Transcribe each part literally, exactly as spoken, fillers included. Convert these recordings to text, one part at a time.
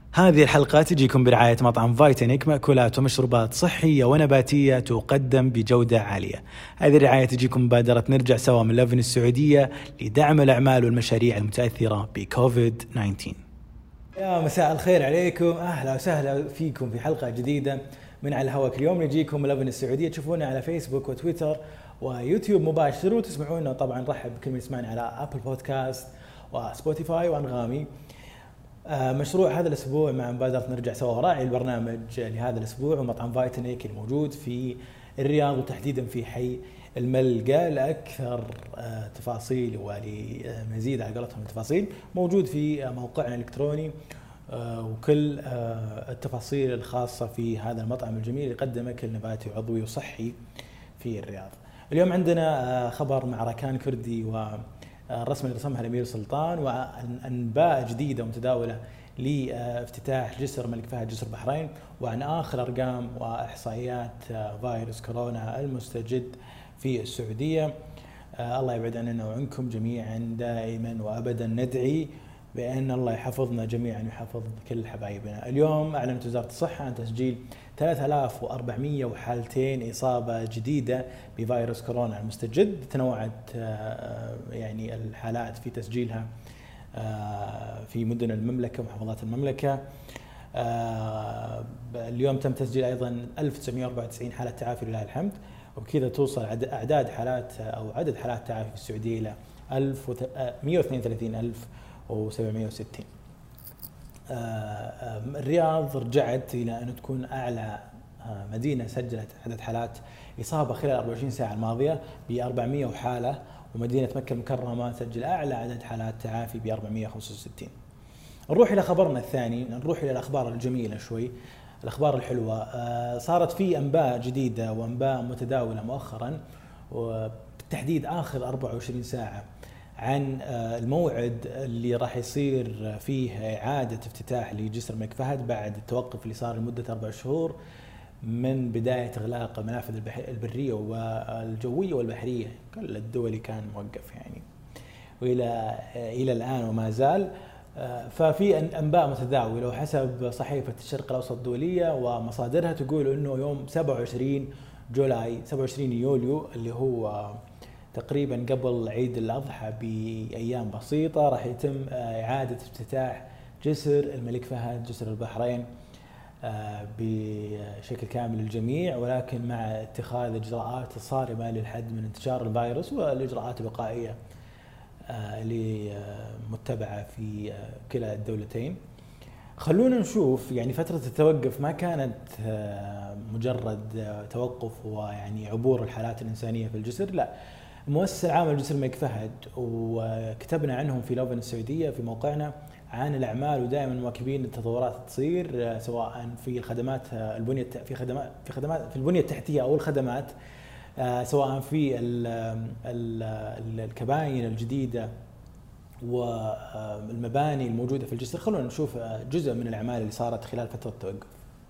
هذه الحلقة تجيكم برعاية مطعم فايتنيك، مأكولات ومشروبات صحية ونباتية تقدم بجودة عالية. هذه الرعاية تجيكم مبادرة نرجع سوا من لافن السعودية لدعم الأعمال والمشاريع المتأثرة بكوفيد تسعة عشر. يا مساء الخير عليكم، أهلا وسهلا فيكم في حلقة جديدة من على الهواء. اليوم نجيكم من لافن السعودية، تشوفونا على فيسبوك وتويتر ويوتيوب مباشر، وتسمعونا طبعا نرحب بكل من يسمعنا على أبل بودكاست وسبوتيفاي وأنغامي. مشروع هذا الأسبوع مع مبادرة نرجع سوا، راعي البرنامج لهذا الأسبوع ومطعم فايتنيك الموجود في الرياض وتحديدا في حي الملقا. لأكثر تفاصيل ولمزيد على قولتهم التفاصيل موجود في موقعنا الإلكتروني وكل التفاصيل الخاصة في هذا المطعم الجميل يقدم أكل نباتي وعضوي وصحي في الرياض. اليوم عندنا خبر مع ركان كردي و الرسمة اللي رسمها الأمير سلطان، وأنباء جديدة ومتداولة لافتتاح جسر الملك فهد جسر البحرين، وعن آخر أرقام وإحصائيات فيروس كورونا المستجد في السعودية. الله يبعد عننا وعنكم جميعا، دائما وأبدا ندعي بأن الله يحفظنا جميعا ويحفظ كل حبايبنا. اليوم أعلنت وزارة الصحة عن تسجيل ثلاثة آلاف وأربعمية وحالتين إصابة جديدة بفيروس كورونا المستجد. تنوعت يعني الحالات في تسجيلها في مدن المملكة ومحافظات المملكة. اليوم تم تسجيل أيضا ألف وتسعمية وأربعة وتسعين حالة تعافي لله الحمد، وبكذا توصل أعداد حالات أو عدد حالات تعافي في السعودية إلى مئة واثنين وثلاثين ألف وسبعمية وستين. الرياض رجعت إلى أن تكون أعلى مدينة سجلت عدد حالات إصابة خلال أربعة وعشرين ساعة الماضية ب أربعمية وحالة، ومدينة مكة المكرمة تسجل أعلى عدد حالات تعافي ب أربعمية وخمسة وستين. نروح إلى خبرنا الثاني، نروح إلى الأخبار الجميلة شوي، الأخبار الحلوة. صارت في أنباء جديدة وأنباء متداولة مؤخرا، وبالتحديد آخر أربعة وعشرين ساعة، عن الموعد اللي راح يصير فيه إعادة افتتاح لجسر الملك فهد بعد التوقف اللي صار لمدة أربع شهور من بداية إغلاق المنافذ البرية والجوية والبحرية. كل الدول كان موقف يعني، وإلى إلى الآن وما زال. ففي أنباء متداولة، وحسب صحيفة الشرق الأوسط الدولية ومصادرها تقول إنه يوم سبعة وعشرين جولاي سبعة وعشرين يوليو اللي هو تقريبا قبل عيد الأضحى بأيام بسيطة راح يتم إعادة افتتاح جسر الملك فهد جسر البحرين بشكل كامل للجميع، ولكن مع اتخاذ إجراءات صارمة للحد من انتشار الفيروس والإجراءات الوقائية اللي متبعة في كلا الدولتين. خلونا نشوف يعني فترة التوقف ما كانت مجرد توقف ويعني عبور الحالات الإنسانية في الجسر، لا، المؤسسة العامة لجسر الملك فهد وكتبنا عنهم في لافن السعودية في موقعنا عن الأعمال، ودائما مواكبين التطورات تصير سواء في الخدمات البنية في خدمات في خدمات في البنية التحتية أو الخدمات، سواء في الكباين الجديدة والمباني الموجودة في الجسر. خلونا نشوف جزء من الأعمال اللي صارت خلال فترة التوقف.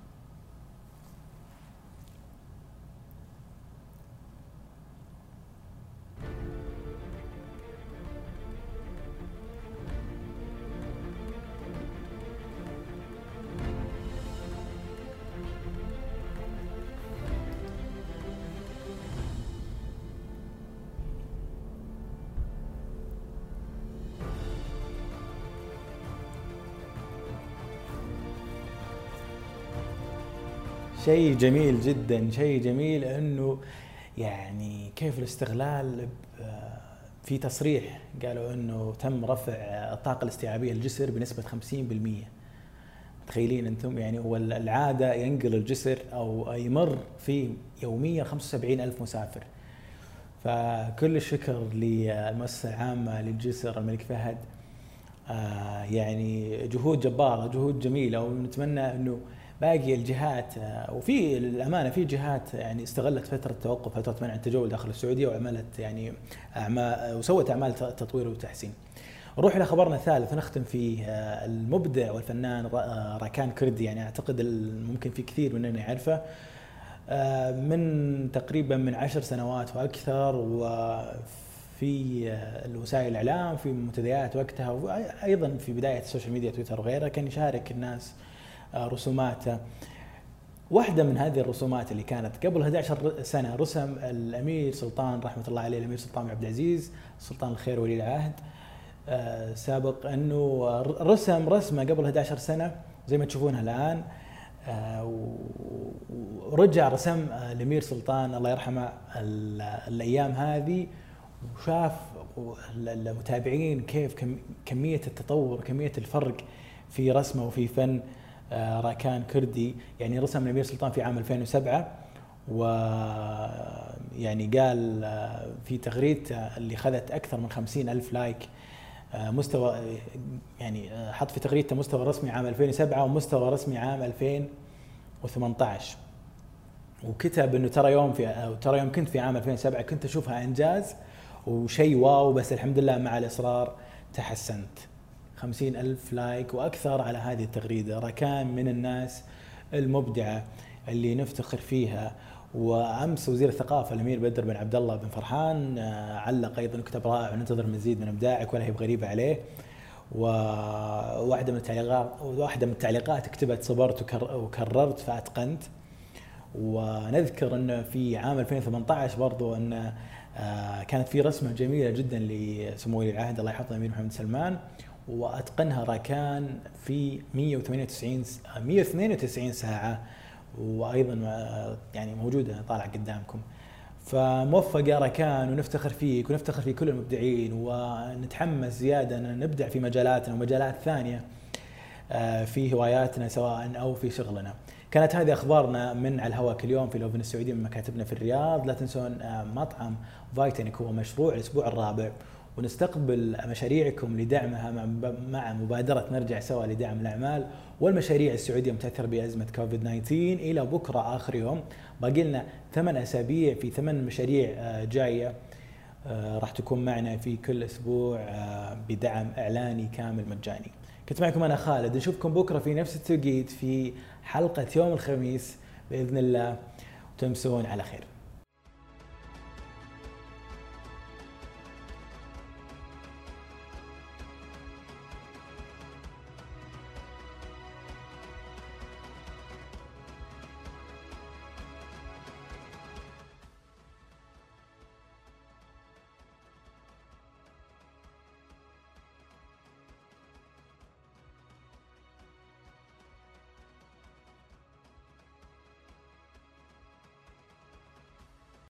شيء جميل جدا، شيء جميل انه يعني كيف الاستغلال. في تصريح قالوا انه تم رفع الطاقة الاستيعابية للجسر بنسبة خمسين بالمئة. تخيلين انتم يعني، هو العادة ينقل الجسر او يمر فيه يوميا خمسة وسبعين ألف مسافر. فكل الشكر للمؤسسة العامة للجسر الملك فهد، يعني جهود جبارة، جهود جميلة، ونتمنى انه باقي الجهات، وفي الأمانة في جهات يعني استغلت فترة توقف فترة منع التجول داخل السعودية وعملت يعني أعمال وسوت أعمال تطوير وتحسين. نروح إلى خبرنا الثالث ونختم فيه المبدع والفنان ركان كردي. يعني أعتقد ممكن في كثير مننا يعرفه، من تقريبا من عشر سنوات وأكثر، و في الوسائل الإعلام، في منتديات وقتها، وأيضا في بداية السوشيال ميديا تويتر وغيرها، كان يشارك الناس رسوماته. واحدة من هذه الرسومات اللي كانت قبل أحد عشر سنة رسم الأمير سلطان رحمة الله عليه، الأمير سلطان بن عبد العزيز سلطان الخير ولي العهد سابق، أنه رسم رسمة قبل أحد عشر سنة زي ما تشوفونها الآن، ورجع رسم الأمير سلطان الله يرحمه الأيام هذه، وشاف المتابعين كيف كمية التطور، كمية الفرق في رسمه وفي فن راكان كردي. يعني رسم الأمير سلطان في عام ألفين وسبعة، ويعني قال في تغريدته اللي خذت أكثر من خمسين ألف لايك، مستوى يعني حط في تغريدته مستوى رسمي عام ألفين وسبعة ومستوى رسمي عام ألفين وثمانية عشر، وكتب انه ترى يوم في أو ترى يوم كنت في عام ألفين وسبعة كنت اشوفها انجاز وشيء واو، بس الحمد لله مع الاصرار تحسنت. خمسين ألف لايك وأكثر على هذه التغريدة. راكان من الناس المبدعة اللي نفتخر فيها. وأمس وزير الثقافة الأمير بدر بن عبد الله بن فرحان علق أيضا كتاب رائع، وننتظر مزيد من إبداعك ولا هي بغريبة عليه. وواحدة من التعليقات واحدة من التعليقات كتبت صبرت وكررت فأتقنت. ونذكر أن في عام ألفين وثمانية عشر برضو أن كانت في رسمة جميلة جدا لسمو ولي العهد الله يحفظه الأمير محمد سلمان، وأتقنها راكان في مئة واثنين وتسعين ساعة، وأيضا يعني موجودة طالع قدامكم. فموفق راكان، ونفتخر فيك ونفتخر في كل المبدعين، ونتحمس زيادة أن نبدع في مجالاتنا ومجالات ثانية في هواياتنا سواء أو في شغلنا. كانت هذه أخبارنا من على الهواء كل يوم في لوفن السعودية من مكاتبنا في الرياض. لا تنسون مطعم فايتنيك هو مشروع الأسبوع الرابع، ونستقبل مشاريعكم لدعمها مع مبادرة نرجع سوا لدعم الأعمال والمشاريع السعودية المتأثرة بأزمة كوفيد تسعة عشر. إلى بكرة آخر يوم، باقي لنا ثمان أسابيع في ثمان مشاريع جاية راح تكون معنا في كل أسبوع بدعم إعلاني كامل مجاني. كنت معكم أنا خالد، نشوفكم بكرة في نفس التوقيت في حلقة يوم الخميس بإذن الله، وتمسون على خير.